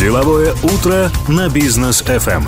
Деловое утро на Бизнес FM.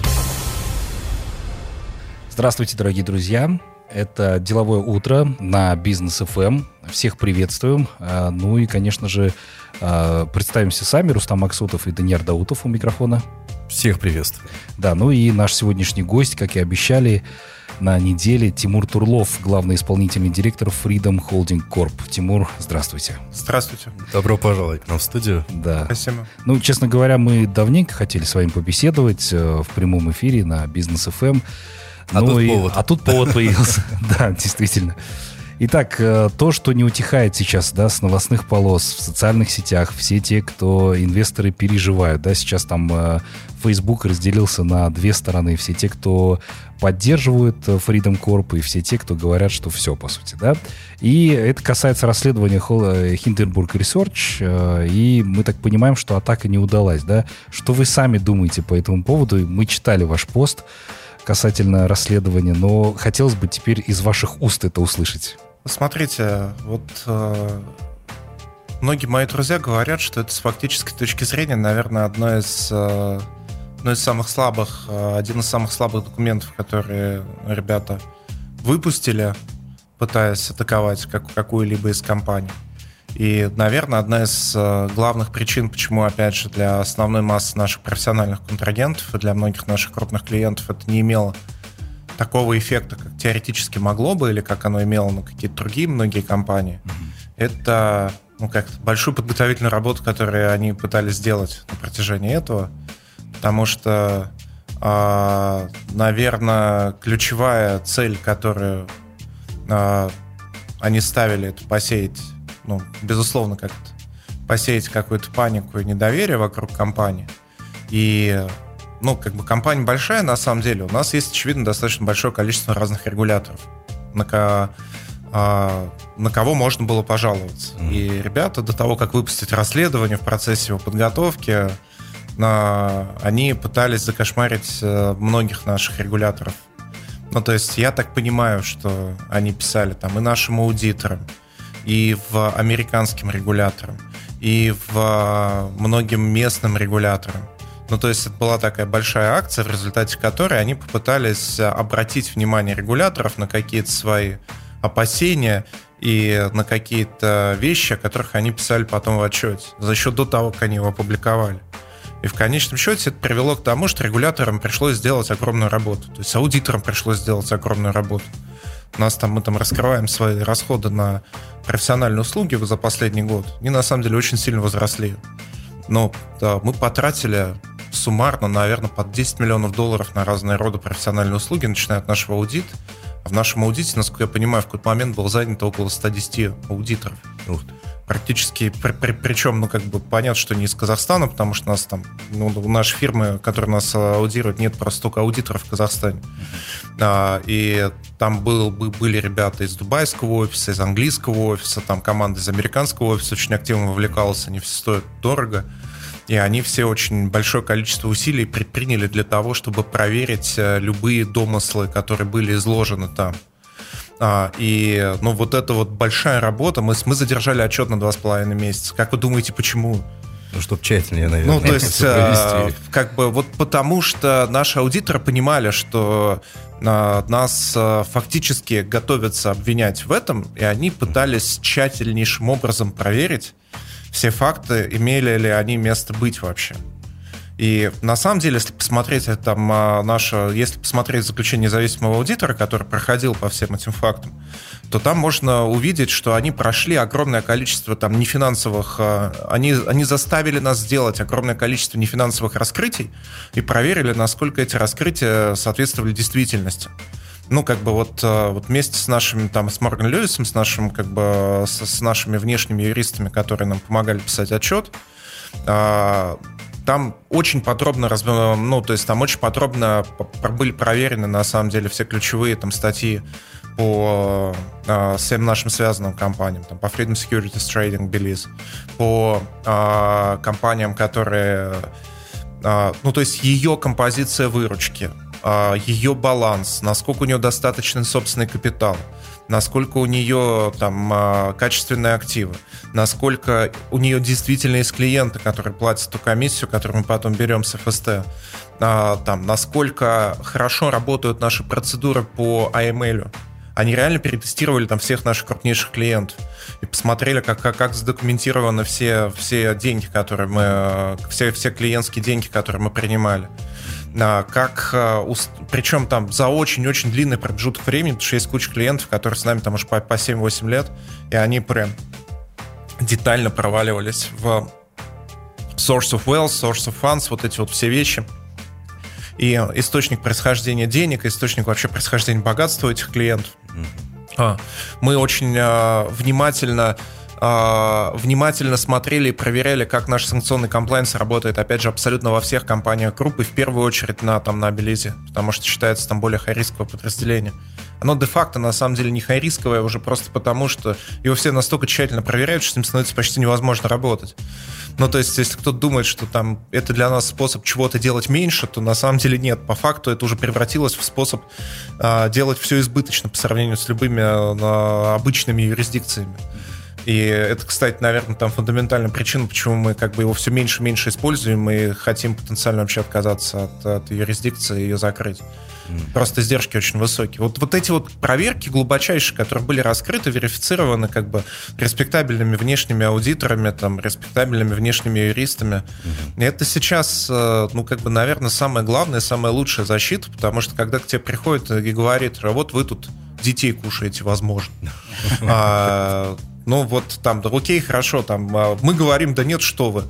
Здравствуйте, дорогие друзья. Это «Деловое утро» на Бизнес FM. Всех приветствуем. Ну и, конечно же, представимся сами. Рустам Максутов и Данияр Даутов у микрофона. Всех приветствую. Да, ну и наш сегодняшний гость, как и обещали, на неделе Тимур Турлов, главный исполнительный директор Freedom Holding Corp. Тимур, здравствуйте. Здравствуйте. Добро пожаловать к нам в студию. Да. Спасибо. Ну, честно говоря, мы давненько хотели с вами побеседовать в прямом эфире на Бизнес FM. А тут повод появился. Да, действительно. Итак, то, что не утихает сейчас, да, с новостных полос, в социальных сетях, все те, кто инвесторы переживают, да, сейчас там Facebook разделился на две стороны, все те, кто поддерживают Freedom Corp, и все те, кто говорят, что все, по сути, да. И это касается расследования Hindenburg Research, и мы так понимаем, что атака не удалась, да. Что вы сами думаете по этому поводу? Мы читали ваш пост касательно расследования, но хотелось бы теперь из ваших уст это услышать. Смотрите, вот многие мои друзья говорят, что это с фактической точки зрения, наверное, один из самых слабых документов, которые ребята выпустили, пытаясь атаковать какую-либо из компаний. И, наверное, одна из главных причин, почему, опять же, для основной массы наших профессиональных контрагентов и для многих наших крупных клиентов это не имело такого эффекта, как теоретически могло бы, или как оно имело на какие-то другие многие компании, это большую подготовительную работу, которую они пытались сделать на протяжении этого, потому что, наверное, ключевая цель, которую они ставили, это посеять, безусловно, как-то посеять какую-то панику и недоверие вокруг компании. И компания большая, на самом деле. У нас есть, очевидно, достаточно большое количество разных регуляторов, на кого можно было пожаловаться. И ребята до того, как выпустить расследование в процессе его подготовки, они пытались закошмарить многих наших регуляторов. То есть я так понимаю, что они писали там и нашим аудиторам, и в американским регуляторам, и в многим местным регуляторам. То есть это была такая большая акция, в результате которой они попытались обратить внимание регуляторов на какие-то свои опасения и на какие-то вещи, о которых они писали потом в отчете, за счет до того, как они его опубликовали. И в конечном счете это привело к тому, что регуляторам пришлось сделать огромную работу. То есть аудиторам пришлось сделать огромную работу. Мы там раскрываем свои расходы на профессиональные услуги за последний год. Они на самом деле очень сильно возросли. Но да, мы потратили суммарно, наверное, под $10 миллионов на разные роды профессиональные услуги, начиная от нашего аудита. А в нашем аудите, насколько я понимаю, в какой-то момент было занято около 110 аудиторов. Практически, причем, понятно, что не из Казахстана, потому что у нас там, у нашей фирмы, которая нас аудирует, нет просто столько аудиторов в Казахстане. И там были ребята из дубайского офиса, из английского офиса, там команда из американского офиса очень активно вовлекалась, они все стоят дорого. И они все очень большое количество усилий предприняли для того, чтобы проверить любые домыслы, которые были изложены там. И вот эта вот большая работа, мы задержали отчет на 2,5 месяца. Как вы думаете, почему? Чтобы тщательнее, наверное, то есть, потому что наши аудиторы понимали, что нас фактически готовятся обвинять в этом, и они пытались тщательнейшим образом проверить все факты, имели ли они место быть вообще. И на самом деле, если посмотреть заключение независимого аудитора, который проходил по всем этим фактам, то там можно увидеть, что они прошли огромное количество нефинансовых... Они заставили нас сделать огромное количество нефинансовых раскрытий и проверили, насколько эти раскрытия соответствовали действительности. Вместе с нашими, с Морган Льюисом, с нашими внешними юристами, которые нам помогали писать отчет, там очень подробно были проверены, на самом деле, все ключевые статьи по всем нашим связанным компаниям, по Freedom Securities Trading Belize, по компаниям, которые... то есть ее композиция выручки, ее баланс, насколько у нее достаточный собственный капитал, насколько у нее там качественные активы, насколько у нее действительно есть клиенты, которые платят ту комиссию, которую мы потом берем с ФСТ, там, насколько хорошо работают наши процедуры по AML. Они реально перетестировали там всех наших крупнейших клиентов и посмотрели, как задокументированы все деньги, которые мы, все клиентские деньги, которые мы принимали. Причем там за очень-очень длинный промежуток времени, потому что есть куча клиентов, которые с нами там уже по 7-8 лет, и они прям детально проваливались в source of wealth, source of funds, вот эти вот все вещи. И источник происхождения денег, источник вообще происхождения богатства у этих клиентов. Мы очень внимательно смотрели и проверяли, как наш санкционный комплайнс работает, опять же, абсолютно во всех компаниях группы, в первую очередь на Белизе, потому что считается там более хай-рисковое подразделение. Оно де-факто на самом деле не хай-рисковое уже просто потому, что его все настолько тщательно проверяют, что с ним становится почти невозможно работать. Ну, то есть, если кто-то думает, что там это для нас способ чего-то делать меньше, то на самом деле нет. По факту это уже превратилось в способ делать все избыточно по сравнению с любыми обычными юрисдикциями. И это, кстати, наверное, там фундаментальная причина, почему мы как бы его все меньше и меньше используем и хотим потенциально вообще отказаться от юрисдикции и ее закрыть. Просто издержки очень высокие. Вот эти вот проверки глубочайшие, которые были раскрыты, верифицированы как бы респектабельными внешними аудиторами, там, респектабельными внешними юристами. И это сейчас, наверное, самая главная, самая лучшая защита, потому что когда к тебе приходит и говорит, а вот вы тут детей кушаете, возможно. Окей, хорошо, мы говорим, да нет, что вы.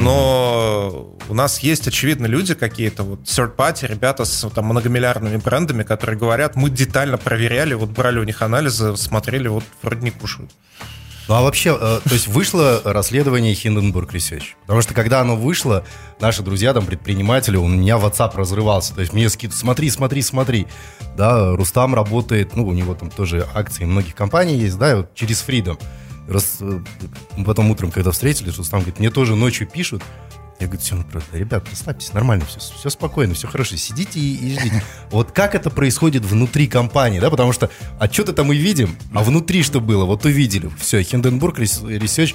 Но у нас есть, очевидно, люди какие-то, вот third-party, ребята с многомиллиардными брендами, которые говорят, мы детально проверяли, вот брали у них анализы, смотрели, вот вроде не кушают. Ну а вообще, то есть вышло расследование Hindenburg Research? Потому что когда оно вышло, наши друзья, там, предприниматели, у меня WhatsApp разрывался. То есть мне скидывают, смотри. Да, Рустам работает, у него там тоже акции многих компаний есть, да, вот через Freedom. Потом утром, когда встретились, Рустам говорит, мне тоже ночью пишут. Я говорю, все, ребят, расслабьтесь, нормально, все спокойно, все хорошо, сидите и ждите. Вот как это происходит внутри компании, да, потому что отчеты там мы видим, а внутри что было, вот увидели, все, Hindenburg Research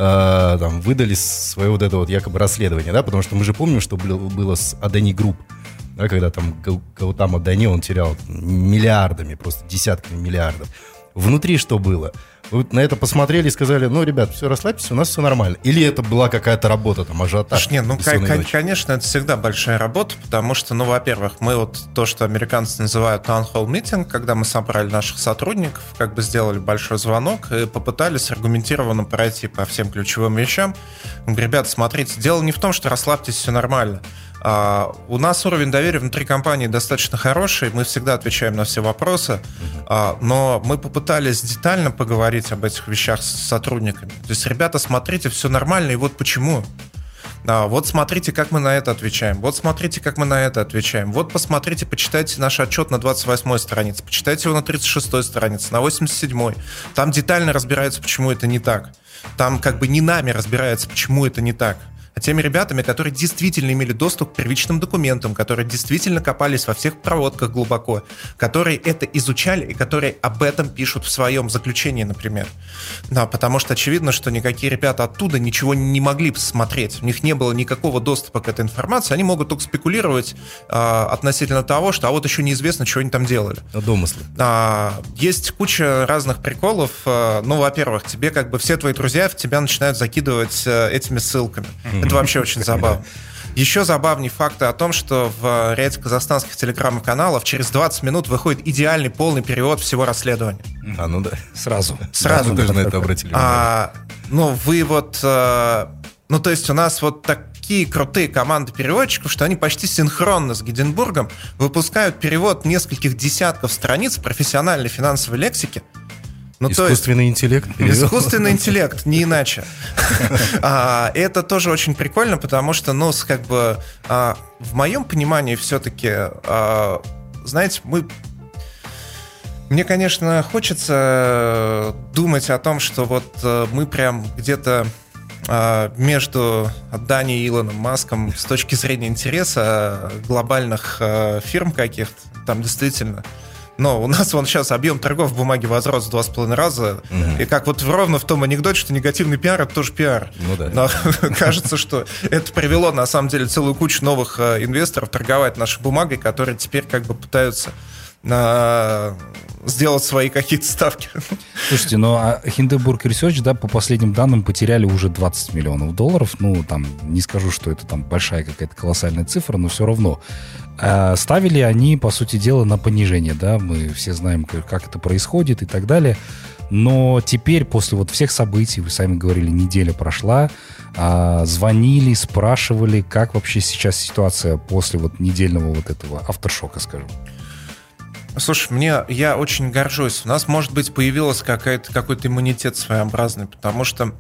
там выдали свое вот это вот якобы расследование, да, потому что мы же помним, что было с Adani Group, да, когда там Гаутам Адани, он терял миллиардами, просто десятками миллиардов. Внутри что было? Вы на это посмотрели и сказали, ребят, все, расслабьтесь, у нас все нормально. Или это была какая-то работа, там, ажиотаж? Конечно, это всегда большая работа, потому что, во-первых, мы вот то, что американцы называют town hall meeting, когда мы собрали наших сотрудников, как бы сделали большой звонок и попытались аргументированно пройти по всем ключевым вещам. Ребята, смотрите, дело не в том, что расслабьтесь, все нормально. У нас уровень доверия внутри компании достаточно хороший, мы всегда отвечаем на все вопросы, но мы попытались детально поговорить об этих вещах с сотрудниками. То есть, ребята, смотрите, все нормально, и вот почему. Вот смотрите, как мы на это отвечаем. Вот смотрите, как мы на это отвечаем. Вот посмотрите, почитайте наш отчет на 28-й странице, почитайте его на 36-й странице, на 87-й. Там детально разбирается, почему это не так. Там как бы не нами разбирается, почему это не так, а теми ребятами, которые действительно имели доступ к первичным документам, которые действительно копались во всех проводках глубоко, которые это изучали и которые об этом пишут в своем заключении, например. Потому что очевидно, что никакие ребята оттуда ничего не могли посмотреть. У них не было никакого доступа к этой информации. Они могут только спекулировать относительно того, что вот еще неизвестно, что они там делали. Домыслы. Есть куча разных приколов. Во-первых, тебе как бы все твои друзья в тебя начинают закидывать этими ссылками. Это вообще очень забавно. Еще забавнее факты о том, что в ряде казахстанских телеграм-каналов через 20 минут выходит идеальный полный перевод всего расследования. Да. Сразу. Мы даже на это обратили внимание. То есть у нас вот такие крутые команды переводчиков, что они почти синхронно с Гинденбургом выпускают перевод нескольких десятков страниц профессиональной финансовой лексики. Искусственный интеллект. Искусственный интеллект, не иначе. Это тоже очень прикольно, потому что, в моем понимании все-таки, знаете, мне, конечно, хочется думать о том, что вот мы прям где-то между Дани и Илоном Маском с точки зрения интереса глобальных фирм каких-то, там действительно Но у нас сейчас объем торгов бумаги возрос в 2,5 раза. И как вот ровно в том анекдоте, что негативный пиар — это тоже пиар. Ну, да. Но кажется, что это привело, на самом деле, целую кучу новых инвесторов торговать нашей бумагой, которые теперь как бы пытаются сделать свои какие-то ставки. Слушайте, но Hindenburg Research, да, по последним данным, потеряли уже 20 миллионов долларов. Ну, там, не скажу, что это там большая какая-то колоссальная цифра, но все равно. Ставили они, по сути дела, на понижение, да, мы все знаем, как это происходит и так далее. Но теперь, после вот всех событий, вы сами говорили, неделя прошла, звонили, спрашивали, как вообще сейчас ситуация после вот недельного вот этого авторшока, скажем. Слушай, я очень горжусь. У нас, может быть, появился какой-то иммунитет своеобразный, потому что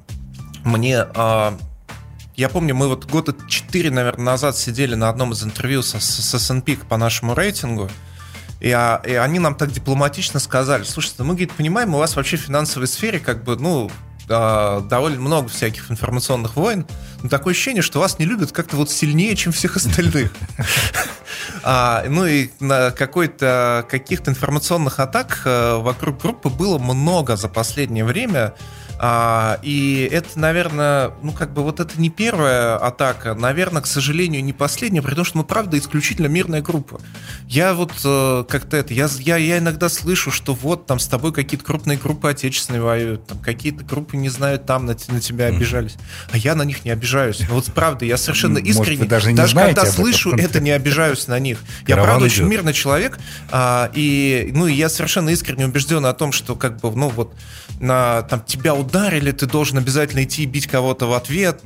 я помню, мы вот года 4, наверное, назад сидели на одном из интервью с S&P по нашему рейтингу, и они нам так дипломатично сказали: слушайте, мы, говорит, понимаем, у вас вообще в финансовой сфере как бы, довольно много всяких информационных войн, но такое ощущение, что вас не любят как-то вот сильнее, чем всех остальных. Ну и на каких-то информационных атак вокруг группы было много за последнее время. И это, наверное, вот это не первая атака, наверное, к сожалению, не последняя, потому что мы, правда, исключительно мирная группа. Я вот я иногда слышу, что вот там с тобой какие-то крупные группы отечественные воюют, там какие-то группы, не знаю, там на тебя обижались, а я на них не обижаюсь. Вот правда, я совершенно искренне, даже когда слышу это, не обижаюсь на них. Я, правда, очень мирный человек, и я совершенно искренне убежден о том, что как бы, там тебя ударили, ты должен обязательно идти и бить кого-то в ответ.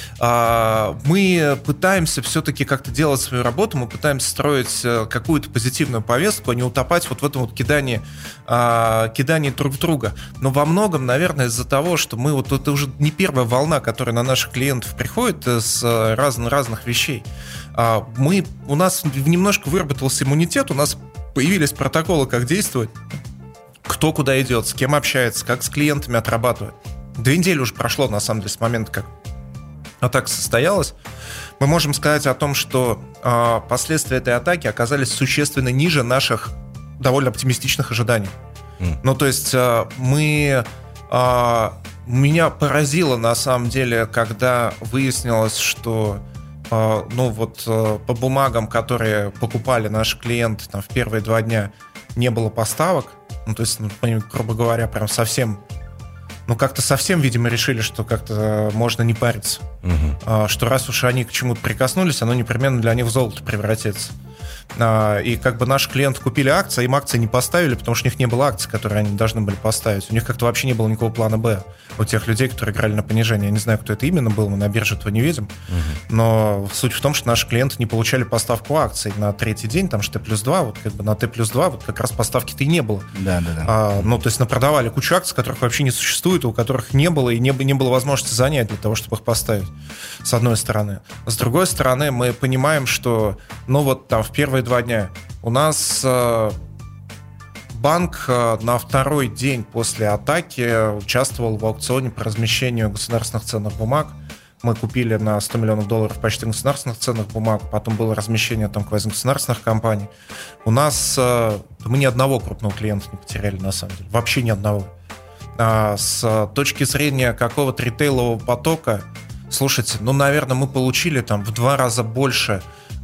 Мы пытаемся все-таки как-то делать свою работу, мы пытаемся строить какую-то позитивную повестку, а не утопать вот в этом вот кидании друг в друга. Но во многом, наверное, из-за того, что это уже не первая волна, которая на наших клиентов приходит с разных вещей. У нас немножко выработался иммунитет, у нас появились протоколы, как действовать, кто куда идет, с кем общается, как с клиентами отрабатывает. 2 недели уже прошло, на самом деле, с момента, как атака состоялась. Мы можем сказать о том, что последствия этой атаки оказались существенно ниже наших довольно оптимистичных ожиданий. То есть меня поразило, на самом деле, когда выяснилось, что по бумагам, которые покупали наши клиенты там, в первые 2 дня, не было поставок. То есть, грубо говоря, прям совсем, как-то совсем, видимо, решили, что как-то можно не париться. Что раз уж они к чему-то прикоснулись, оно непременно для них в золото превратится. И как бы наши клиенты купили акции, им акции не поставили, потому что у них не было акций, которые они должны были поставить. У них как-то вообще не было никакого плана «Б». У тех людей, которые играли на понижение. Я не знаю, кто это именно был, мы на бирже этого не видим. Но суть в том, что наши клиенты не получали поставку акций на 3-й день, там же Т+2, вот как бы на Т+2 вот как раз поставки-то и не было. Да. То есть продавали кучу акций, которых вообще не существует, у которых не было и не было возможности занять для того, чтобы их поставить, с одной стороны. С другой стороны, мы понимаем, что там в первые 2 дня у нас банк на 2-й день после атаки участвовал в аукционе по размещению государственных ценных бумаг. Мы купили на $100 миллионов почти государственных ценных бумаг, потом было размещение там квазигосударственных компаний. У нас мы ни одного крупного клиента не потеряли, на самом деле, вообще ни одного. С точки зрения какого-то ритейлового потока, слушайте, наверное, мы получили там в 2 раза больше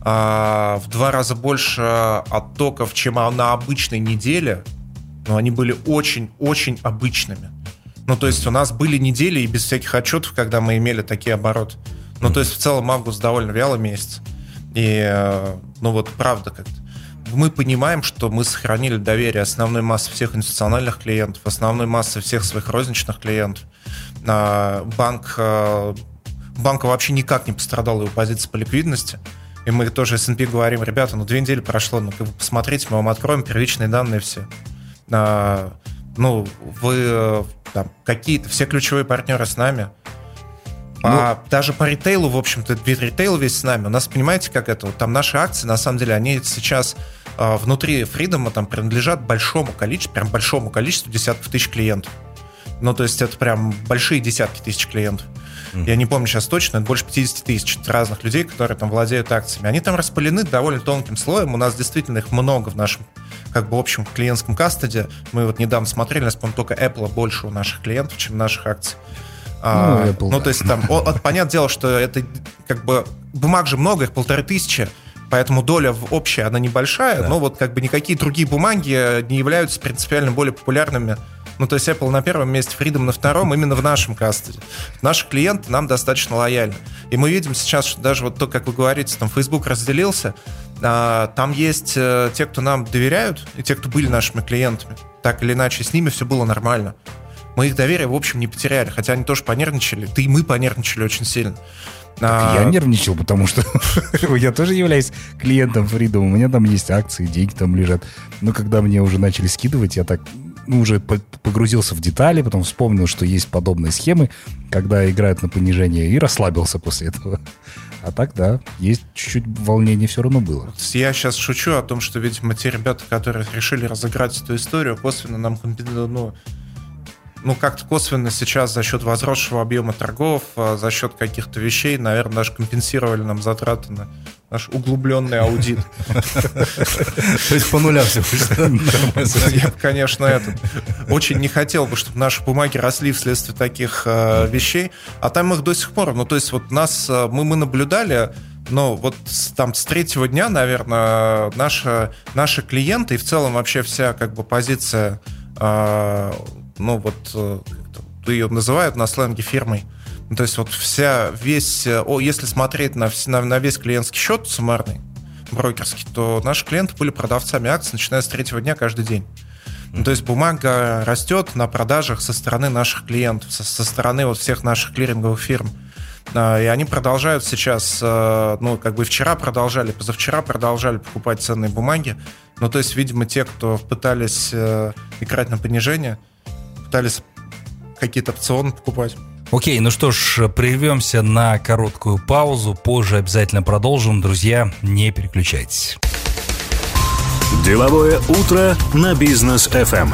оттоков, чем на обычной неделе, но они были очень-очень обычными. То есть у нас были недели и без всяких отчетов, когда мы имели такие обороты. То есть в целом август довольно вялый месяц. И, правда как-то. Мы понимаем, что мы сохранили доверие основной массы всех институциональных клиентов, основной массы всех своих розничных клиентов. Банку вообще никак не пострадала его позиция по ликвидности. И мы тоже S&P говорим: ребята, 2 недели прошло, вы посмотрите, мы вам откроем первичные данные все. Вы там какие-то, все ключевые партнеры с нами. Даже по ритейлу, в общем-то, ритейл весь с нами. У нас, понимаете, как это? Там наши акции, на самом деле, они сейчас внутри Freedom там принадлежат большому количеству десятков тысяч клиентов. То есть это прям большие десятки тысяч клиентов. Я не помню сейчас точно, это больше 50 тысяч разных людей, которые там владеют акциями. Они там распылены довольно тонким слоем. У нас действительно их много в нашем как бы общем клиентском кастоде. Мы вот недавно смотрели, у нас, по-моему, только Apple больше у наших клиентов, чем наших акций. То есть там, понятное дело, что это как бы бумаг же много, их 1500, поэтому доля общая, она небольшая, но вот как бы никакие другие бумаги не являются принципиально более популярными. То есть Apple на первом месте, Freedom на втором, именно в нашем кастоде. Наши клиенты нам достаточно лояльны. И мы видим сейчас, что даже вот то, как вы говорите, там Facebook разделился, там есть те, кто нам доверяют, и те, кто были нашими клиентами. Так или иначе, с ними все было нормально. Мы их доверие, в общем, не потеряли, хотя они тоже понервничали, да и мы понервничали очень сильно. Я нервничал, потому что я тоже являюсь клиентом Freedom, у меня там есть акции, деньги там лежат. Но когда мне уже начали скидывать, я так уже погрузился в детали, потом вспомнил, что есть подобные схемы, когда играют на понижение, и расслабился после этого. А так, да, есть чуть-чуть волнение все равно было. Я сейчас шучу о том, что, видимо, те ребята, которые решили разыграть эту историю, косвенно нам как-то косвенно сейчас за счет возросшего объема торгов, за счет каких-то вещей, наверное, даже компенсировали нам затраты на наш углубленный аудит. То есть по нулям все вышло. Я бы, конечно, очень не хотел бы, чтобы наши бумаги росли вследствие таких вещей, а там их до сих пор. То есть вот мы наблюдали, вот там с третьего дня, наверное, наши клиенты и в целом вообще вся как бы позиция, ты ее называют на сленге фирмой. То есть вот если смотреть на весь клиентский счет суммарный, брокерский, то наши клиенты были продавцами акций, начиная с третьего дня каждый день. То есть бумага растет на продажах со стороны наших клиентов, со стороны вот всех наших клиринговых фирм. И они продолжают сейчас, вчера продолжали, позавчера продолжали покупать ценные бумаги. То есть, видимо, те, кто пытались играть на понижение, пытались какие-то опционы покупать. Окей, ну что ж, прервемся на короткую паузу. Позже обязательно продолжим. Друзья, не переключайтесь. Деловое утро на Бизнес FM.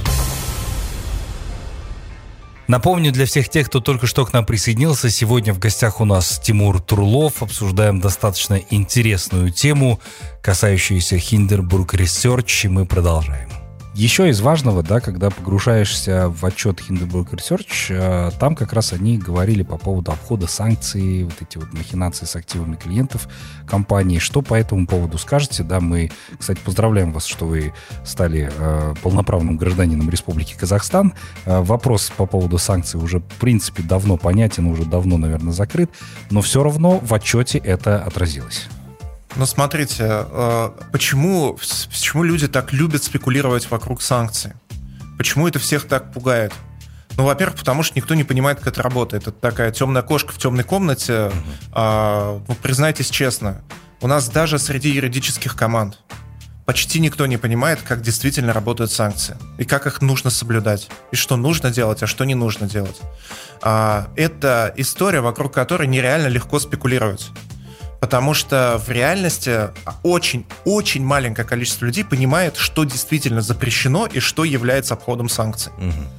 Напомню для всех тех, кто только что к нам присоединился, сегодня в гостях у нас Тимур Турлов. Обсуждаем достаточно интересную тему, касающуюся Hindenburg Research, и мы продолжаем. Еще из важного, когда погружаешься в отчет Hindenburg Research, там как раз они говорили по поводу обхода санкций, вот эти вот махинации с активами клиентов компании. Что по этому поводу скажете? Мы, кстати, поздравляем вас, что вы стали полноправным гражданином Республики Казахстан. Вопрос по поводу санкций уже, в принципе, давно понятен, уже давно, наверное, закрыт, но все равно в отчете это отразилось. Смотрите, почему люди так любят спекулировать вокруг санкций? Почему это всех так пугает? Во-первых, потому что никто не понимает, как это работает. Это такая темная кошка в темной комнате. Признайтесь честно, у нас даже среди юридических команд почти никто не понимает, как действительно работают санкции. И как их нужно соблюдать. И что нужно делать, а что не нужно делать. Это история, вокруг которой нереально легко спекулировать. Потому что в реальности очень-очень маленькое количество людей понимает, что действительно запрещено и что является обходом санкций.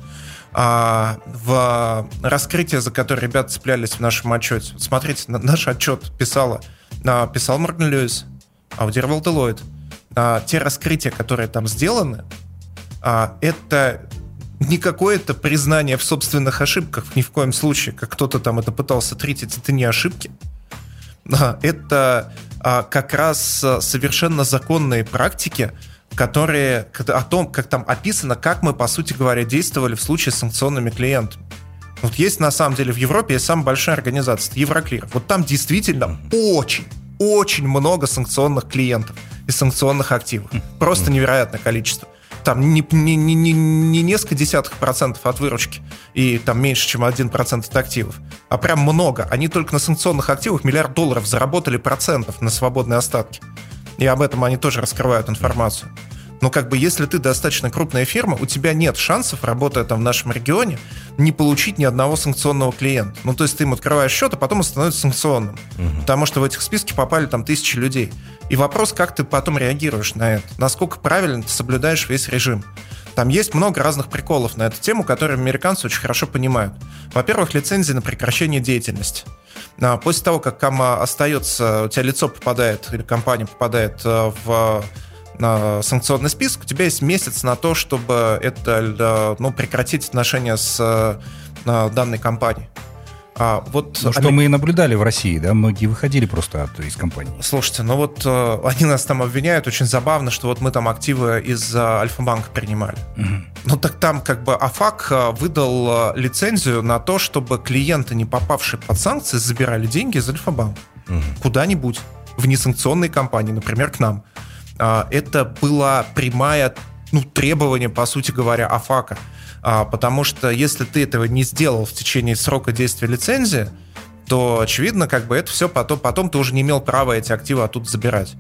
В раскрытие, за которое ребята цеплялись в нашем отчете, смотрите, наш отчет писал Морган Льюис, аудировал Deloitte. Те раскрытия, которые там сделаны, это не какое-то признание в собственных ошибках, ни в коем случае, как кто-то там это пытался тритить, это не ошибки. Это как раз совершенно законные практики, которые о том, как там описано, как мы, по сути говоря, действовали в случае с санкционными клиентами. Вот есть, на самом деле, в Европе есть самая большая организация, это Евроклир. Вот там действительно очень много санкционных клиентов и санкционных активов. Просто невероятное количество. Там не несколько десятков процентов от выручки и там меньше, чем 1% от активов, а прям много. Они только на санкционных активах $1 миллиард заработали процентов на свободные остатки. И об этом они тоже раскрывают информацию. Но если ты достаточно крупная фирма, у тебя нет шансов, работая там в нашем регионе, не получить ни одного санкционного клиента. То есть ты им открываешь счет, а потом он становится санкционным. Потому что в этих списки попали там 1000 людей. И вопрос, как ты потом реагируешь на это. Насколько правильно ты соблюдаешь весь режим. Там есть много разных приколов на эту тему, которые американцы очень хорошо понимают. Во-первых, лицензия на прекращение деятельности. После того, как остается, у тебя лицо попадает, или компания попадает в санкционный список, у тебя есть месяц на то, чтобы это, прекратить отношения с данной компанией. Что мы и наблюдали в России, да, многие выходили просто из компании. Слушайте, они нас там обвиняют, очень забавно, что мы там активы из Альфа-банка принимали. Так там АФАК выдал лицензию на то, чтобы клиенты, не попавшие под санкции, забирали деньги из Альфа-банка куда-нибудь, в несанкционные компании, например, к нам. Это было прямое требование, по сути говоря, АФАКа. Потому что если ты этого не сделал в течение срока действия лицензии, то, очевидно, это все потом ты уже не имел права эти активы оттуда забирать.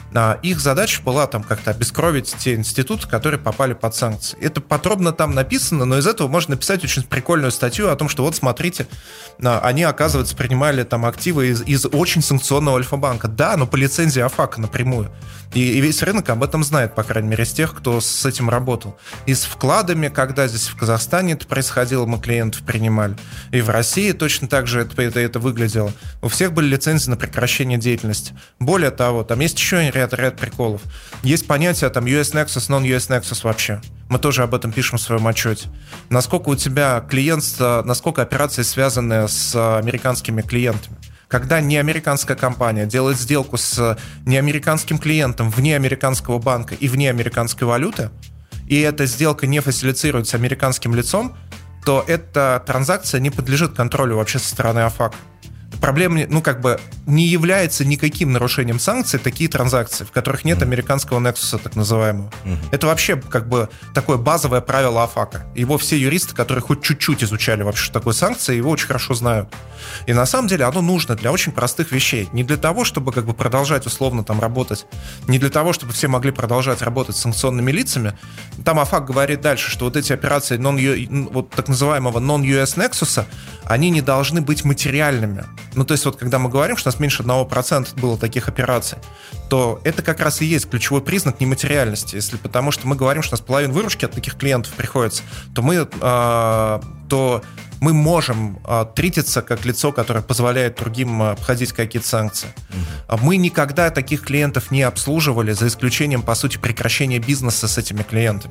Их задача была там как-то обескровить те институты, которые попали под санкции. Это подробно там написано, но из этого можно написать очень прикольную статью о том, что смотрите, они, оказывается, принимали там активы из очень санкционного Альфа-банка. Да, но по лицензии АФАКа напрямую. И весь рынок об этом знает, по крайней мере, из тех, кто с этим работал. И с вкладами, когда здесь в Казахстане это происходило, мы клиентов принимали. И в России точно так же это выглядело. У всех были лицензии на прекращение деятельности. Более того, там есть еще ряд приколов. Есть понятие там US Nexus, non-US Nexus вообще. Мы тоже об этом пишем в своем отчете. Насколько у тебя насколько операции связаны с американскими клиентами. Когда неамериканская компания делает сделку с неамериканским клиентом вне американского банка и вне американской валюты, и эта сделка не фасилитируется американским лицом, то эта транзакция не подлежит контролю вообще со стороны АФАК. Проблема, не является никаким нарушением санкций такие транзакции, в которых нет американского нексуса, так называемого. Это вообще такое базовое правило АФАКа. Его все юристы, которые хоть чуть-чуть изучали вообще, что такое санкции, его очень хорошо знают. И на самом деле оно нужно для очень простых вещей. Не для того, чтобы продолжать условно там работать, не для того, чтобы все могли продолжать работать с санкционными лицами. Там АФАК говорит дальше, что эти операции так называемого non-US нексуса, они не должны быть материальными. То есть когда мы говорим, что у нас меньше 1% было таких операций, то это как раз и есть ключевой признак нематериальности. Потому что мы говорим, что у нас половина выручки от таких клиентов приходится, то мы можем трититься как лицо, которое позволяет другим обходить какие-то санкции. Мы никогда таких клиентов не обслуживали, за исключением, по сути, прекращения бизнеса с этими клиентами.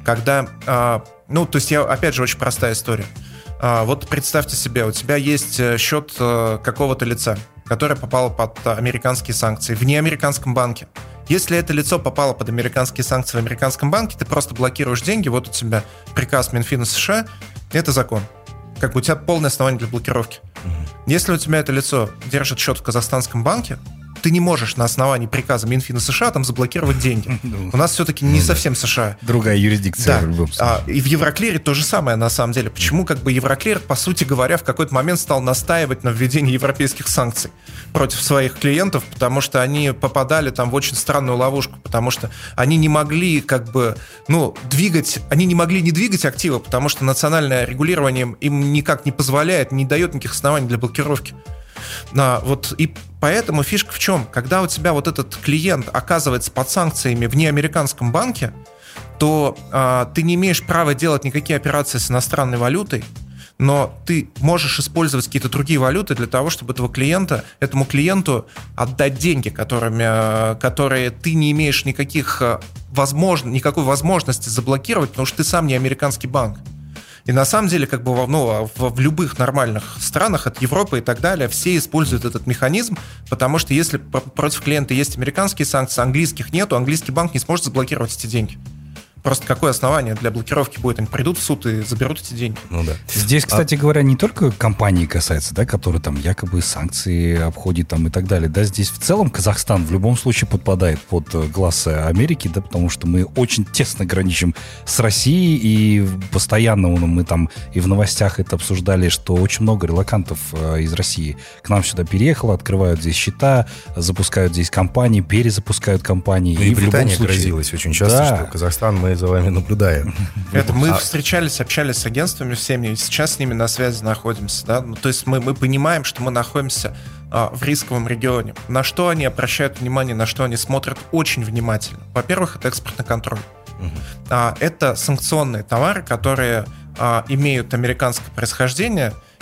Опять же, очень простая история. Представьте себе, у тебя есть счет какого-то лица, которое попало под американские санкции в неамериканском банке. Если это лицо попало под американские санкции в американском банке, ты просто блокируешь деньги, у тебя приказ Минфина США, это закон. У тебя полное основание для блокировки. Если у тебя это лицо держит счет в казахстанском банке, ты не можешь на основании приказа Минфина США там заблокировать деньги. У нас все-таки не совсем США. Другая юрисдикция. Да. В любом случае. И в Евроклире то же самое на самом деле. Почему Евроклир, по сути говоря, в какой-то момент стал настаивать на введении европейских санкций против своих клиентов, потому что они попадали там в очень странную ловушку, потому что они не могли не двигать активы, потому что национальное регулирование им никак не позволяет, не дает никаких оснований для блокировки. И поэтому фишка в чем? Когда у тебя этот клиент оказывается под санкциями в неамериканском банке, то ты не имеешь права делать никакие операции с иностранной валютой, но ты можешь использовать какие-то другие валюты для того, чтобы этому клиенту отдать деньги, которые ты не имеешь никакой возможности заблокировать, потому что ты сам не американский банк. И на самом деле, в любых нормальных странах от Европы и так далее, все используют этот механизм, потому что если против клиента есть американские санкции, английских нету, английский банк не сможет заблокировать эти деньги. Просто какое основание для блокировки будет? Они придут в суд и заберут эти деньги. Здесь, кстати говоря, не только компании касается, да, которые там якобы санкции обходят там и так далее. Да, здесь в целом Казахстан в любом случае подпадает под глаз Америки, да, потому что мы очень тесно граничим с Россией, и постоянно мы там и в новостях это обсуждали, что очень много релокантов из России к нам сюда переехало, открывают здесь счета, запускают здесь компании, перезапускают компании. И Британия грозилась очень часто, что Казахстан мы за вами наблюдаем. Мы встречались, общались с агентствами всеми, и сейчас с ними на связи находимся. Да? То есть мы понимаем, что мы находимся в рисковом регионе. На что они обращают внимание, на что они смотрят очень внимательно. Во-первых, это экспортный контроль. Это санкционные товары, которые имеют американское происхождение,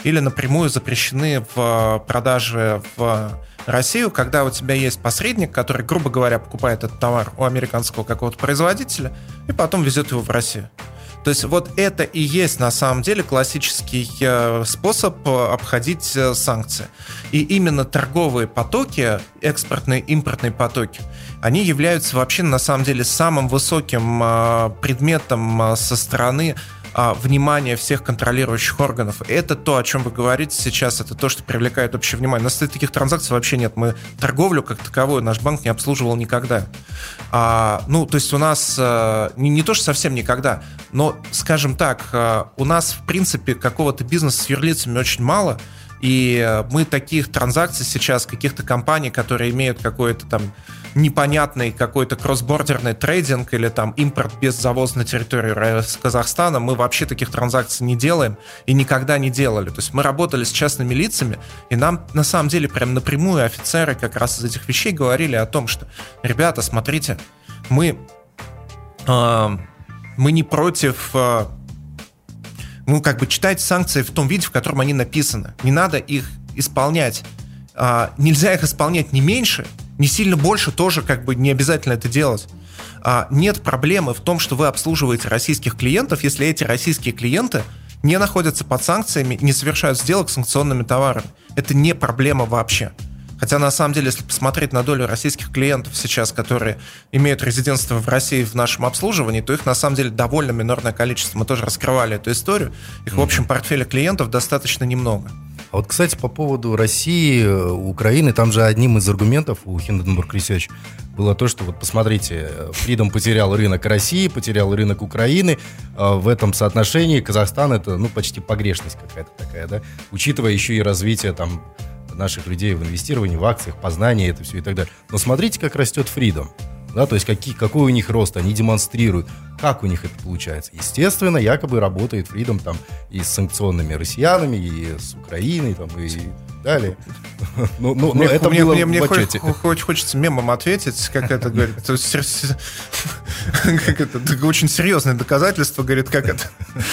или напрямую запрещены в продаже в Россию, когда у тебя есть посредник, который, грубо говоря, покупает этот товар у американского какого-то производителя и потом везет его в Россию. То есть вот это и есть на самом деле классический способ обходить санкции. И именно торговые потоки, экспортные, импортные потоки, они являются вообще на самом деле самым высоким предметом со стороны внимания всех контролирующих органов. Это то, о чем вы говорите сейчас, это то, что привлекает общее внимание. У нас таких транзакций вообще нет. Мы торговлю как таковую наш банк не обслуживал никогда. То есть у нас не то, что совсем никогда, но, скажем так, у нас, в принципе, какого-то бизнеса с юрлицами очень мало, и мы таких транзакций сейчас, каких-то компаний, которые имеют какой-то там непонятный какой-то кроссбордерный трейдинг или там импорт без завоза на территорию Казахстана, мы вообще таких транзакций не делаем и никогда не делали. То есть мы работали с частными лицами, и нам на самом деле прям напрямую офицеры как раз из этих вещей говорили о том, что, ребята, смотрите, мы не против... читайте санкции в том виде, в котором они написаны. Не надо их исполнять. Нельзя их исполнять не меньше, не сильно больше, тоже не обязательно это делать. Нет проблемы в том, что вы обслуживаете российских клиентов, если эти российские клиенты не находятся под санкциями и не совершают сделок с санкционными товарами. Это не проблема вообще. Хотя, на самом деле, если посмотреть на долю российских клиентов сейчас, которые имеют резидентство в России в нашем обслуживании, то их, на самом деле, довольно минорное количество. Мы тоже раскрывали эту историю. Их в общем портфеле клиентов достаточно немного. А вот, кстати, по поводу России, Украины, там же одним из аргументов у Hindenburg Research было то, что, вот посмотрите, Freedom потерял рынок России, потерял рынок Украины. В этом соотношении Казахстан — это, почти погрешность какая-то такая, да? Учитывая еще и развитие там наших людей в инвестировании, в акциях, познании, это все и так далее. Но смотрите, как растет Freedom. Да, то есть какой у них рост, они демонстрируют, как у них это получается. Естественно, якобы работает Freedom там и с санкционными россиянами, и с Украиной, там, и далее. Но это было в отчете. Мне хочется мемом ответить, как это говорит. Это очень серьезное доказательство, говорит, как это...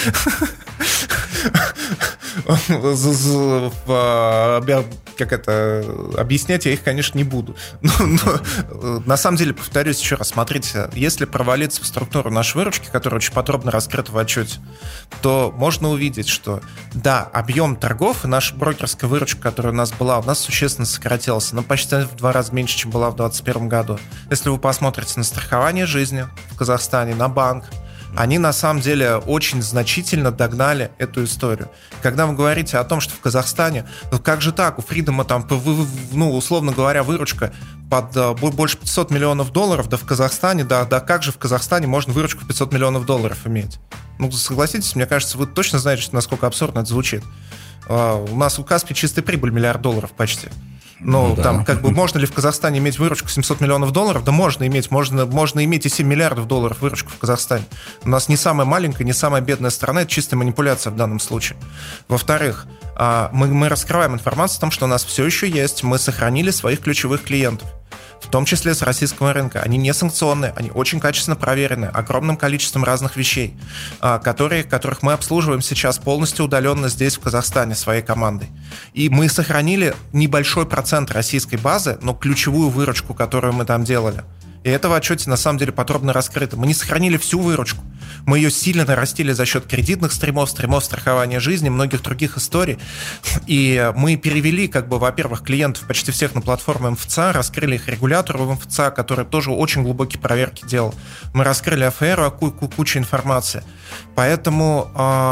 Как это объяснять, я их, конечно, не буду. Но на самом деле, повторюсь еще раз, смотрите, если провалиться в структуру нашей выручки, которая очень подробно раскрыта в отчете, то можно увидеть, что да, объем торгов и наша брокерская выручка, которая у нас была, у нас существенно сократилась, но почти в 2 раза меньше, чем была в 2021 году. Если вы посмотрите на страхование жизни в Казахстане, на банк, они на самом деле очень значительно догнали эту историю. Когда вы говорите о том, что в Казахстане, как же так, у Фридома там, условно говоря, выручка под больше $500 миллионов, да в Казахстане, да как же в Казахстане можно выручку в $500 миллионов иметь? Согласитесь, мне кажется, вы точно знаете, насколько абсурдно это звучит. У нас у Каспи чистая прибыль $1 миллиард почти. Там можно ли в Казахстане иметь выручку $700 миллионов? Да можно иметь, можно иметь и $7 миллиардов выручку в Казахстане. У нас не самая маленькая, не самая бедная страна, это чистая манипуляция в данном случае. Во-вторых, мы раскрываем информацию о том, что у нас все еще есть, мы сохранили своих ключевых клиентов, в том числе с российского рынка. Они не санкционные, они очень качественно проверены огромным количеством разных вещей, которых мы обслуживаем сейчас полностью удаленно здесь, в Казахстане, своей командой. И мы сохранили небольшой процент российской базы, но ключевую выручку, которую мы там делали. И это в отчете на самом деле подробно раскрыто. Мы не сохранили всю выручку. Мы ее сильно нарастили за счет кредитных стримов страхования жизни, многих других историй. И мы перевели, во-первых, клиентов почти всех на платформу МФЦА, раскрыли их регулятору в МФЦА, который тоже очень глубокие проверки делал. Мы раскрыли АФР, кучу информации. Поэтому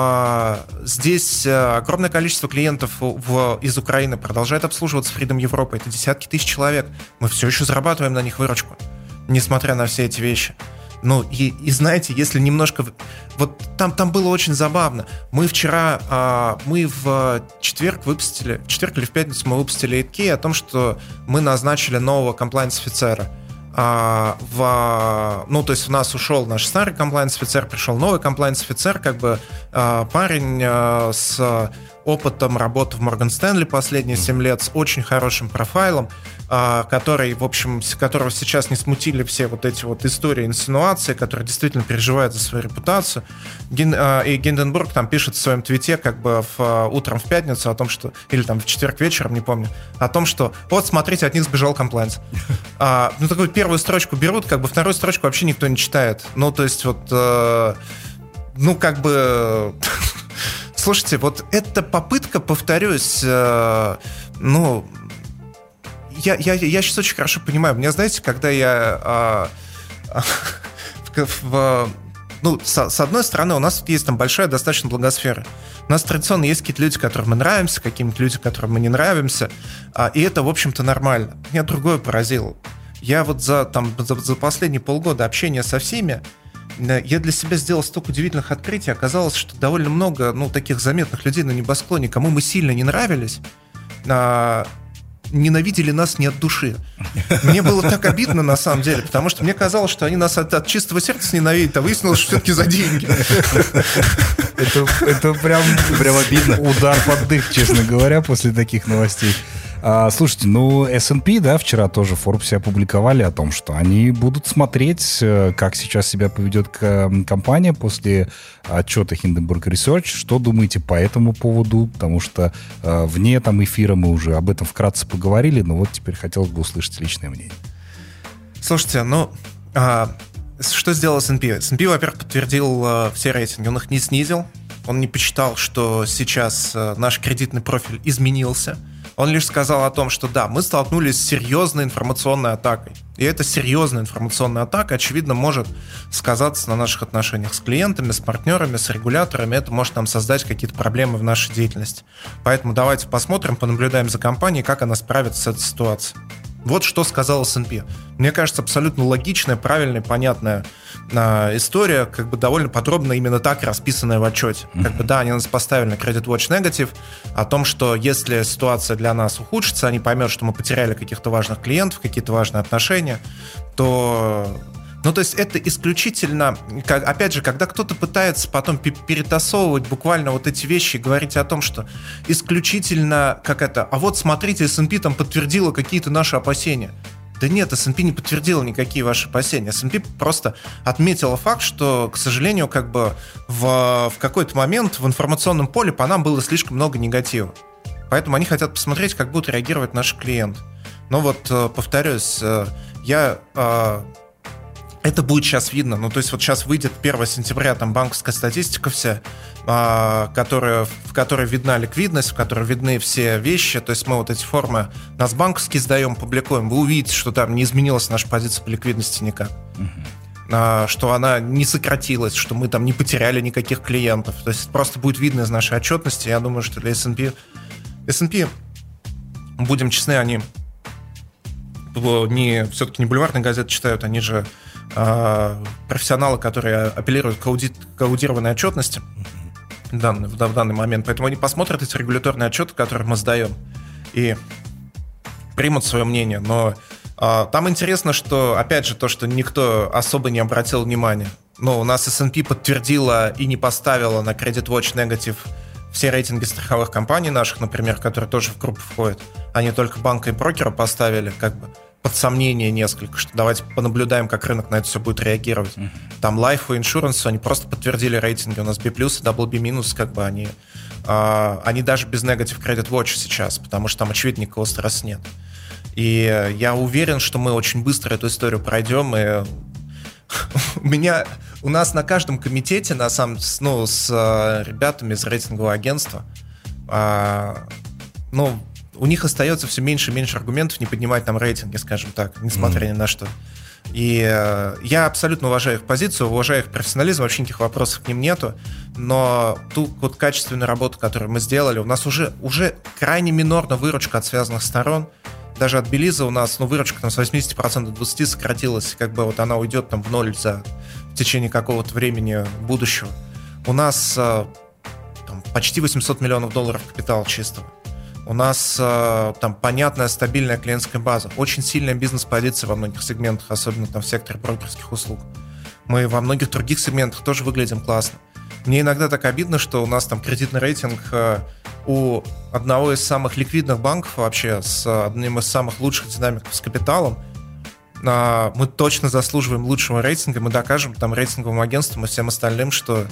здесь огромное количество клиентов из Украины продолжает обслуживаться Freedom Европа. Это десятки тысяч человек. Мы все еще зарабатываем на них выручку, несмотря на все эти вещи. И знаете, если немножко... Вот там было очень забавно. Мы вчера, мы в четверг или в пятницу мы выпустили 8K о том, что мы назначили нового комплайнс-офицера. то есть у нас ушел наш старый комплайнс-офицер, пришел новый комплайнс-офицер, как бы парень с опытом работы в Morgan Stanley последние 7 лет, с очень хорошим профайлом, который, в общем, которого сейчас не смутили все вот эти вот истории, инсинуации, который действительно переживает за свою репутацию. И Гинденбург там пишет в своем твите как бы утром в пятницу о том, что, или там в четверг вечером, не помню, о том, что вот, смотрите, от них сбежал комплайнс. Такую первую строчку берут, как бы вторую строчку вообще никто не читает. Ну, то есть вот, слушайте, вот эта попытка, повторюсь, я сейчас очень хорошо понимаю. Мне, знаете, когда я... с одной стороны, у нас есть там большая достаточно благосфера. У нас традиционно есть какие-то люди, которым мы нравимся, какие-то люди, которым мы не нравимся. И это, в общем-то, нормально. Меня другое поразило. Я вот за последние полгода общения со всеми, я для себя сделал столько удивительных открытий. Оказалось, что довольно много таких заметных людей на небосклоне, кому мы сильно не нравились, ненавидели нас не от души. Мне было так обидно, на самом деле, потому что мне казалось, что они нас от чистого сердца ненавидят, а выяснилось, что все-таки за деньги. Это прям обидно. Удар под дых, честно говоря, после таких новостей. Слушайте, S&P, да, вчера тоже в Forbes опубликовали о том, что они будут смотреть, как сейчас себя поведет компания после отчета Hindenburg Research. Что думаете по этому поводу? Потому что вне там эфира мы уже об этом вкратце поговорили, но вот теперь хотелось бы услышать личное мнение. Слушайте, что сделал S&P? S&P, во-первых, подтвердил все рейтинги, он их не снизил, он не посчитал, что сейчас наш кредитный профиль изменился. Он лишь сказал о том, что да, мы столкнулись с серьезной информационной атакой. И эта серьезная информационная атака, очевидно, может сказаться на наших отношениях с клиентами, с партнерами, с регуляторами. Это может нам создать какие-то проблемы в нашей деятельности. Поэтому давайте посмотрим, понаблюдаем за компанией, как она справится с этой ситуацией. Вот что сказал S&P. Мне кажется, абсолютно логичная, правильная, понятная история, как бы довольно подробно именно так расписанная в отчете. Как бы, да, они нас поставили на Credit Watch Negative о том, что если ситуация для нас ухудшится, они поймут, что мы потеряли каких-то важных клиентов, какие-то важные отношения, то... то есть это исключительно, опять же, когда кто-то пытается потом перетасовывать буквально вот эти вещи и говорить о том, что исключительно а вот смотрите, S&P там подтвердила какие-то наши опасения. Да нет, S&P не подтвердила никакие ваши опасения. S&P просто отметила факт, что, к сожалению, как бы в какой-то момент в информационном поле по нам было слишком много негатива. Поэтому они хотят посмотреть, как будут реагировать наши клиенты. Но вот, повторюсь, это будет сейчас видно. То есть вот сейчас выйдет 1 сентября там банковская статистика вся, в которой видна ликвидность, в которой видны все вещи. То есть мы вот эти формы банковские сдаем, публикуем. Вы увидите, что там не изменилась наша позиция по ликвидности никак. Что она не сократилась, что мы там не потеряли никаких клиентов. То есть просто будет видно из нашей отчетности. Я думаю, что для S&P, будем честны, они все-таки не бульварные газеты читают, они же профессионалы, которые апеллируют к аудированной отчетности в данный момент. Поэтому они посмотрят эти регуляторные отчеты, которые мы сдаем, и примут свое мнение. Но там интересно, что, опять же, то, что никто особо не обратил внимания. У нас S&P подтвердила и не поставила на Credit Watch Negative все рейтинги страховых компаний наших, например, которые тоже в группу входят. Они только банка и брокера поставили как бы под сомнение несколько, что давайте понаблюдаем, как рынок на это все будет реагировать. Там Life и Insurance, они просто подтвердили рейтинги. У нас B+, и WB-, как бы они даже без Negative Credit Watch сейчас, потому что там, очевидно, никакого стресса нет. И я уверен, что мы очень быстро эту историю пройдем, и у нас на каждом комитете, с ребятами из рейтингового агентства, у них остается все меньше и меньше аргументов не поднимать там рейтинги, скажем так, несмотря ни на что. И я абсолютно уважаю их позицию, уважаю их профессионализм, вообще никаких вопросов к ним нету, но ту вот качественную работу, которую мы сделали, у нас уже крайне минорна выручка от связанных сторон. Даже от Белиза у нас выручка там, с 80% до 20% сократилась, как бы вот она уйдет там в ноль в течение какого-то времени будущего. У нас там, почти $800 миллионов капитала чистого. У нас там понятная, стабильная клиентская база, очень сильная бизнес-позиция во многих сегментах, особенно там в секторе брокерских услуг. Мы во многих других сегментах тоже выглядим классно. Мне иногда так обидно, что у нас там кредитный рейтинг у одного из самых ликвидных банков вообще, с одним из самых лучших динамиков с капиталом. Мы точно заслуживаем лучшего рейтинга, мы докажем там рейтинговым агентствам и всем остальным, что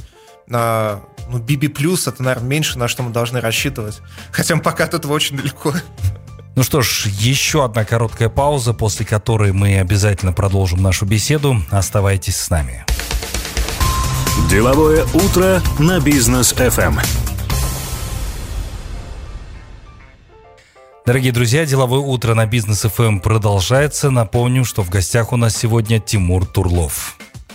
BB+, это, наверное, меньше, на что мы должны рассчитывать. Хотя мы пока от этого очень далеко. Ну что ж, еще одна короткая пауза, после которой мы обязательно продолжим нашу беседу. Оставайтесь с нами. Деловое утро на Бизнес FM. Дорогие друзья, деловое утро на Бизнес FM продолжается. Напомню, что в гостях у нас сегодня Тимур Турлов.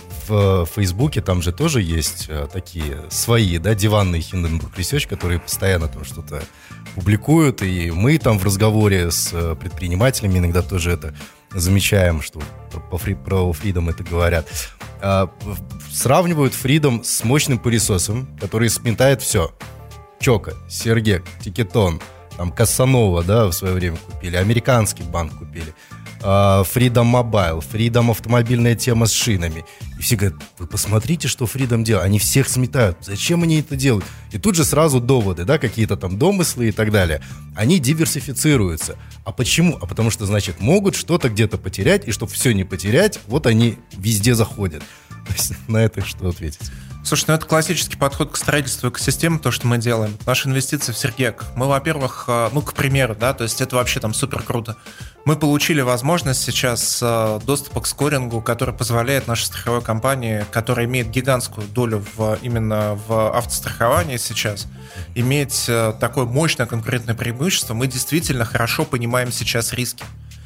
В Фейсбуке там же тоже есть такие свои, да, диванные Hindenburg Research, которые постоянно там что-то публикуют, и мы там в разговоре с предпринимателями иногда тоже это замечаем, что про Freedom это говорят. Сравнивают Freedom с мощным пылесосом, который сметает все. Чока, Сергек, Тикетон, там Кассанова, да, в свое время купили, американский банк купили, Freedom Mobile, Freedom автомобильная тема с шинами. И все говорят, вы посмотрите, что Freedom делает. Они всех сметают. Зачем они это делают? И тут же сразу доводы, да, какие-то там домыслы и так далее. Они диверсифицируются. А почему? А потому что, значит, могут что-то где-то потерять, и чтобы все не потерять, вот они везде заходят. То есть на это что ответить? Слушай, это классический подход к строительству экосистемы, то, что мы делаем. Наши инвестиции в Сергек. Мы, во-первых, к примеру, да, то есть это вообще там супер круто. Мы получили возможность сейчас доступа к скорингу, который позволяет нашей страховой компании, которая имеет гигантскую долю именно в автостраховании сейчас, иметь такое мощное конкурентное преимущество. Мы действительно хорошо понимаем сейчас риски.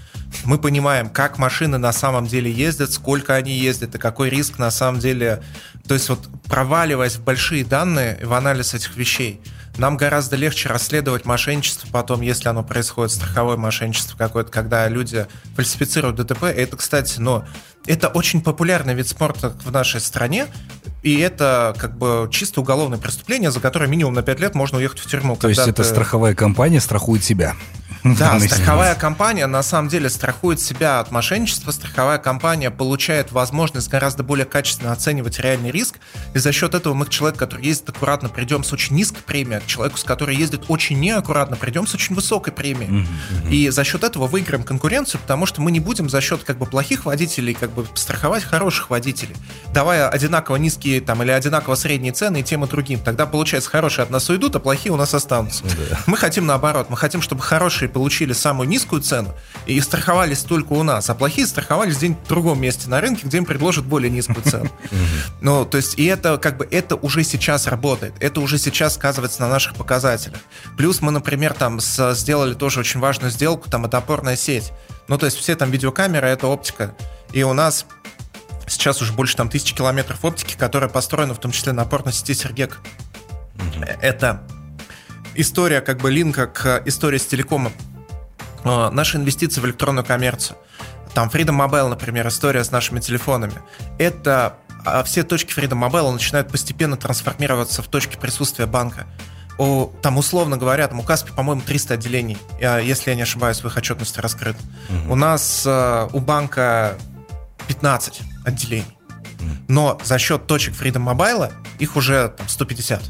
Мы понимаем, как машины на самом деле ездят, сколько они ездят и какой риск на самом деле. То есть вот проваливаясь в большие данные, в анализ этих вещей, нам гораздо легче расследовать мошенничество потом, если оно происходит, страховое мошенничество какое-то, когда люди фальсифицируют ДТП. Это, кстати, это очень популярный вид спорта в нашей стране, и это как бы чисто уголовное преступление, за которое минимум на 5 лет можно уехать в тюрьму. То есть это страховая компания страхует себя? Да, страховая компания на самом деле страхует себя от мошенничества, страховая компания получает возможность гораздо более качественно оценивать реальный риск, и за счет этого мы к человеку, который ездит аккуратно, придем с очень низкой премией, а к человеку, который ездит очень неаккуратно, придем с очень высокой премией. И за счет этого выиграем конкуренцию, потому что мы не будем за счет как бы плохих водителей как бы страховать хороших водителей, давая одинаково низкие там, или одинаково средние цены и тем и другим. Тогда, получается, хорошие от нас уйдут, а плохие у нас останутся. Мы хотим наоборот, мы хотим, чтобы хорошие получили самую низкую цену и страховались только у нас, а плохие страховались где-нибудь в другом месте на рынке, где им предложат более низкую цену. Ну, то есть, и это как бы это уже сейчас работает, это уже сейчас сказывается на наших показателях. Плюс мы, например, там сделали тоже очень важную сделку, там это опорная сеть. Ну, то есть все там видеокамеры, это оптика. И у нас сейчас уже больше там 1000 километров оптики, которая построена в том числе на опорной сети Сергек. Это история как бы линка к истории с телекомом. Наши инвестиции в электронную коммерцию. Там Freedom Mobile, например, история с нашими телефонами. Это все точки Freedom Mobile начинают постепенно трансформироваться в точки присутствия банка. Там, условно говоря, там у Каспи, по-моему, 300 отделений, если я не ошибаюсь, в их отчетности раскрыто. У нас у банка 15 отделений. Но за счет точек Freedom Mobile их уже там 150.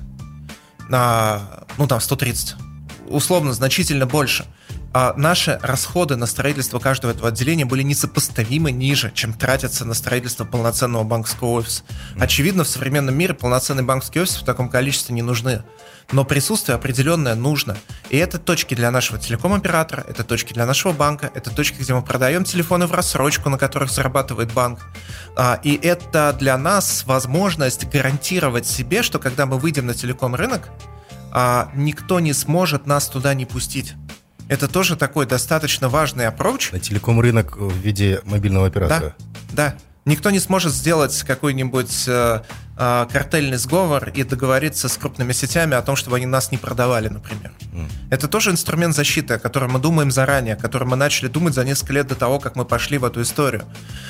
Ну, там 130. Условно, значительно больше. Наши расходы на строительство каждого этого отделения были несопоставимо ниже, чем тратятся на строительство полноценного банковского офиса. Очевидно, в современном мире полноценный банковский офис в таком количестве не нужны. Но присутствие определенное нужно. И это точки для нашего телеком-оператора, это точки для нашего банка, это точки, где мы продаем телефоны в рассрочку, на которых зарабатывает банк. И это для нас возможность гарантировать себе, что когда мы выйдем на телеком-рынок, никто не сможет нас туда не пустить. Это тоже такой достаточно важный approach. На телеком-рынок в виде мобильного оператора. Да. Никто не сможет сделать какой-нибудь картельный сговор и договориться с крупными сетями о том, чтобы они нас не продавали, например. Это тоже инструмент защиты, о котором мы думаем заранее, о котором мы начали думать за несколько лет до того, как мы пошли в эту историю.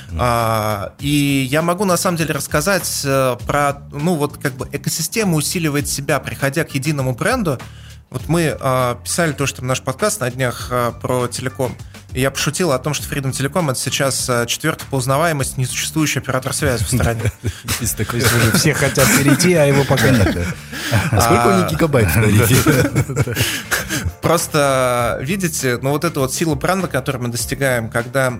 И я могу на самом деле рассказать про, ну вот как бы экосистема усиливает себя, приходя к единому бренду. Вот мы писали то, что наш подкаст на днях про телеком. И я пошутил о том, что Freedom Telecom — это сейчас 4-й по узнаваемости несуществующий оператор связи в стране. Все хотят перейти, а его пока нет. А сколько у них гигабайт? Просто, видите, вот эта вот сила бренда, которую мы достигаем, когда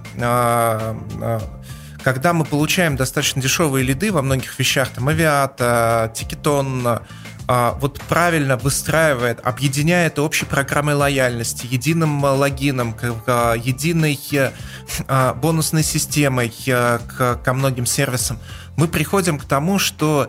мы получаем достаточно дешевые лиды во многих вещах, там Авиата, Тикетон, вот правильно выстраивает, объединяет общей программой лояльности, единым логином, единой бонусной системой ко многим сервисам, мы приходим к тому, что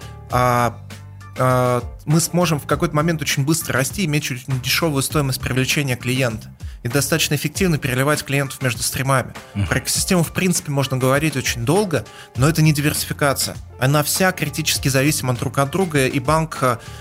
мы сможем в какой-то момент очень быстро расти, иметь очень дешевую стоимость привлечения клиента и достаточно эффективно переливать клиентов между стримами. Про экосистему, в принципе, можно говорить очень долго, но это не диверсификация. Она вся критически зависима друг от друга, и банк,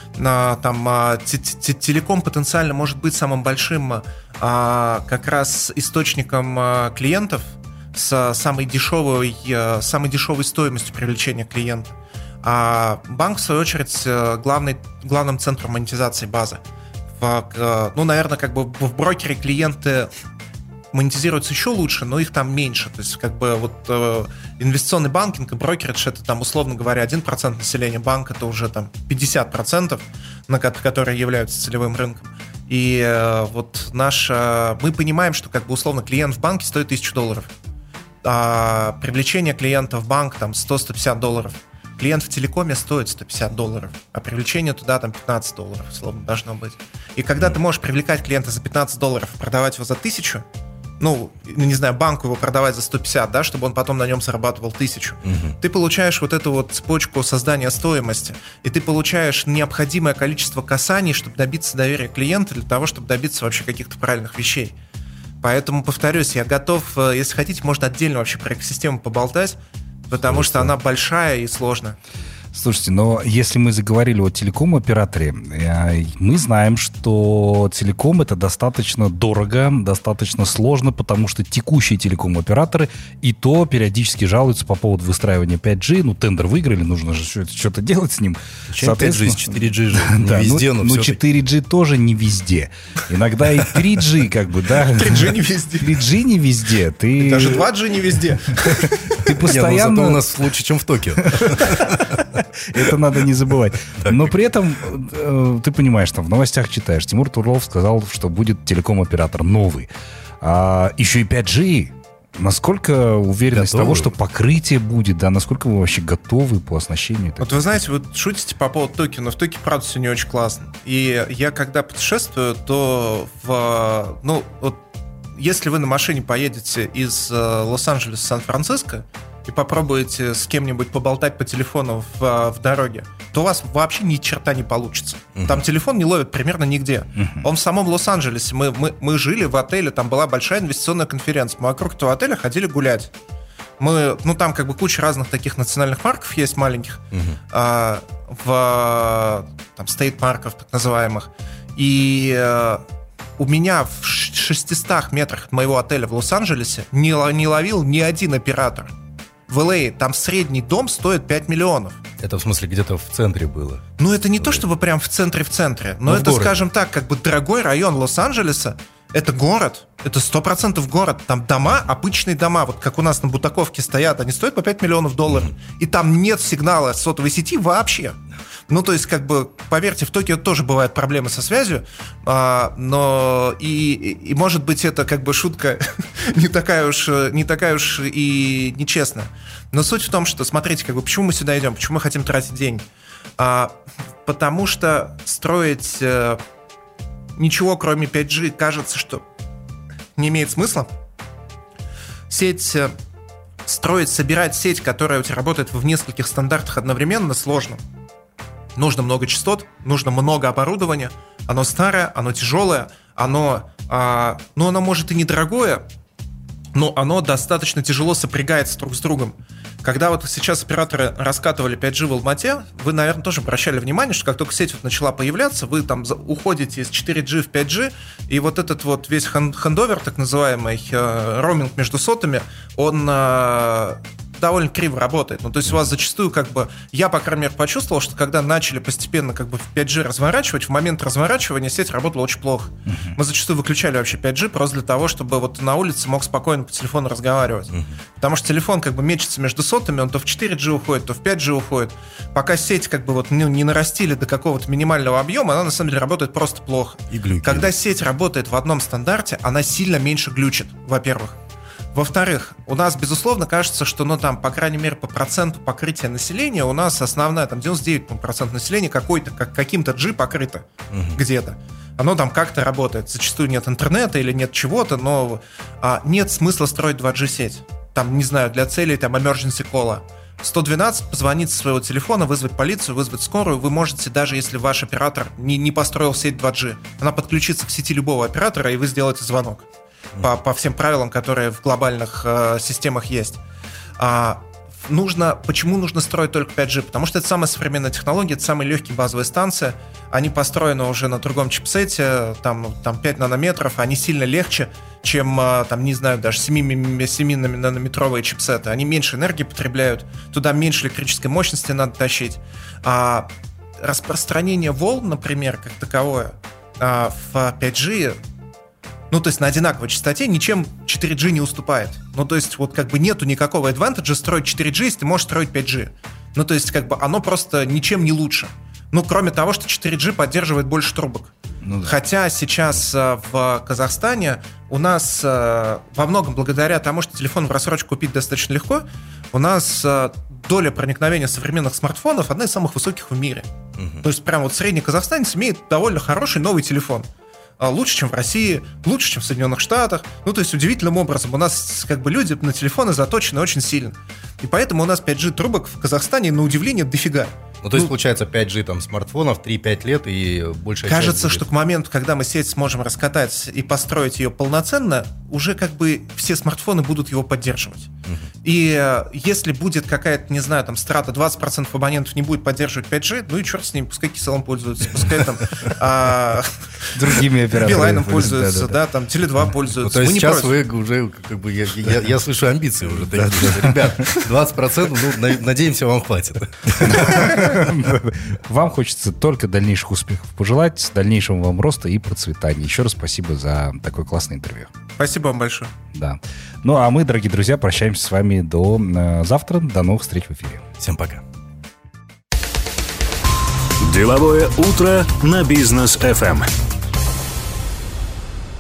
телеком потенциально может быть самым большим как раз источником клиентов с самой дешевой стоимостью привлечения клиента. А банк, в свою очередь, главным центром монетизации базы. Наверное, как бы в брокере клиенты монетизируются еще лучше, но их там меньше. То есть, как бы вот инвестиционный банкинг и брокеридж — это там, условно говоря, 1% населения банка, это уже там 50%, которые являются целевым рынком. И вот мы понимаем, что как бы условно клиент в банке стоит $1000, а привлечение клиента в банк там $100-150. Клиент в телекоме стоит $150, а привлечение туда там $15, условно, должно быть. И когда ты можешь привлекать клиента за $15, продавать его за 1000, не знаю, банку его продавать за 150, да, чтобы он потом на нем зарабатывал 1000, ты получаешь вот эту вот цепочку создания стоимости, и ты получаешь необходимое количество касаний, чтобы добиться доверия клиента, для того, чтобы добиться вообще каких-то правильных вещей. Поэтому, повторюсь, я готов, если хотите, можно отдельно вообще про экосистему поболтать, потому что она большая и сложная. Слушайте, но если мы заговорили о телеком-операторе, мы знаем, что телеком — это достаточно дорого, достаточно сложно, потому что текущие телеком-операторы и то периодически жалуются по поводу выстраивания 5G. Тендер выиграли, нужно же что-то делать с ним. Чем 5G, 4G же не везде, но 4G тоже не везде. Иногда и 3G как бы, да. 3G не везде. 3G не везде. Даже 2G не везде. Ты постоянно... Зато у нас лучше, чем в Токио. Это надо не забывать. Но при этом, ты понимаешь, там в новостях читаешь, Тимур Турлов сказал, что будет телеком-оператор новый. Еще и 5G. Насколько уверенность того, что покрытие будет, да, насколько вы вообще готовы по оснащению? Вот вы знаете, вы шутите по поводу Токио, но в Токио, правда, все не очень классно. И я, когда путешествую, то если вы на машине поедете из Лос-Анджелеса в Сан-Франциско и попробуете с кем-нибудь поболтать по телефону в дороге, то у вас вообще ни черта не получится. Там телефон не ловит примерно нигде. Он в самом Лос-Анджелесе. Мы жили в отеле, там была большая инвестиционная конференция. Мы вокруг этого отеля ходили гулять. Там как бы куча разных таких национальных парков есть маленьких. Там стейт-парков так называемых. И у меня в 600 метрах от моего отеля в Лос-Анджелесе не ловил ни один оператор. В Л.А. там средний дом стоит 5 миллионов. Это в смысле где-то в центре было? Это не то, чтобы прям в центре, но это, скажем так, как бы дорогой район Лос-Анджелеса. Это город, это 100% город. Там дома, обычные дома, вот как у нас на Бутаковке стоят, они стоят по $5 миллионов. И там нет сигнала сотовой сети вообще. То есть, как бы, поверьте, в Токио тоже бывают проблемы со связью, но и может быть, это как бы шутка не такая уж и нечестная. Но суть в том, что, смотрите, как бы, почему мы сюда идем, почему мы хотим тратить деньги. Потому что строить ничего, кроме 5G, кажется, что не имеет смысла. Собирать сеть, которая у тебя работает в нескольких стандартах одновременно, сложно. Нужно много частот, нужно много оборудования. Оно старое, оно тяжелое, оно может и недорогое, но оно достаточно тяжело сопрягается друг с другом. Когда вот сейчас операторы раскатывали 5G в Алмате, вы, наверное, тоже обращали внимание, что как только сеть вот начала появляться, вы там уходите из 4G в 5G, и вот этот вот весь хендовер, так называемый, роуминг между сотами, он довольно криво работает. Ну, то есть у вас зачастую я, по крайней мере, почувствовал, что когда начали постепенно в 5G разворачивать, в момент разворачивания сеть работала очень плохо. Мы зачастую выключали вообще 5G просто для того, чтобы вот на улице мог спокойно по телефону разговаривать. Потому что телефон мечется между сотами, он то в 4G уходит, то в 5G уходит. Пока сеть не нарастили до какого-то минимального объема, она на самом деле работает просто плохо. И глюки. Когда сеть работает в одном стандарте, она сильно меньше глючит, во-первых. Во-вторых, у нас, безусловно, кажется, что, по крайней мере, по проценту покрытия населения у нас основная, 99% населения каким-то G покрыто где-то. Оно как-то работает. Зачастую нет интернета или нет чего-то, но нет смысла строить 2G-сеть. Для целей emergency call. 112, позвонить со своего телефона, вызвать полицию, вызвать скорую. Вы можете, даже если ваш оператор не построил сеть 2G, она подключится к сети любого оператора, и вы сделаете звонок. По всем правилам, которые в глобальных системах есть. Почему нужно строить только 5G? Потому что это самая современная технология, это самые легкие базовые станции. Они построены уже на другом чипсете, 5 нанометров, они сильно легче, чем, даже 7-нанометровые чипсеты. Они меньше энергии потребляют, туда меньше электрической мощности надо тащить. Распространение волн, например, как таковое, в 5G... на одинаковой частоте ничем 4G не уступает. Нету никакого адвантажа строить 4G, если ты можешь строить 5G. Оно просто ничем не лучше. Кроме того, что 4G поддерживает больше трубок. Хотя сейчас в Казахстане у нас во многом благодаря тому, что телефон в рассрочку купить достаточно легко, у нас доля проникновения современных смартфонов одна из самых высоких в мире. То есть прям средний казахстанец имеет довольно хороший новый телефон. Лучше, чем в России, лучше, чем в Соединенных Штатах. Удивительным образом у нас люди на телефоны заточены очень сильно. И поэтому у нас 5G трубок в Казахстане, на удивление, дофига. То есть, получается, 5G смартфонов 3-5 лет и большая часть... Кажется, что к моменту, когда мы сеть сможем раскатать и построить ее полноценно, уже все смартфоны будут его поддерживать. И если будет какая-то, страта, 20% абонентов не будет поддерживать 5G, и черт с ним, пускай Киселом пользуются, пускай другими операторами. Билайном пользуются, Теле2 пользуются. То есть сейчас вы уже, я слышу амбиции уже. Ребят, 20%, надеемся, вам хватит. Вам хочется только дальнейших успехов пожелать, дальнейшего вам роста и процветания. Еще раз спасибо за такое классное интервью. Спасибо вам большое. Да. А мы, дорогие друзья, прощаемся с вами до завтра. До новых встреч в эфире. Всем пока. Деловое утро на Бизнес FM.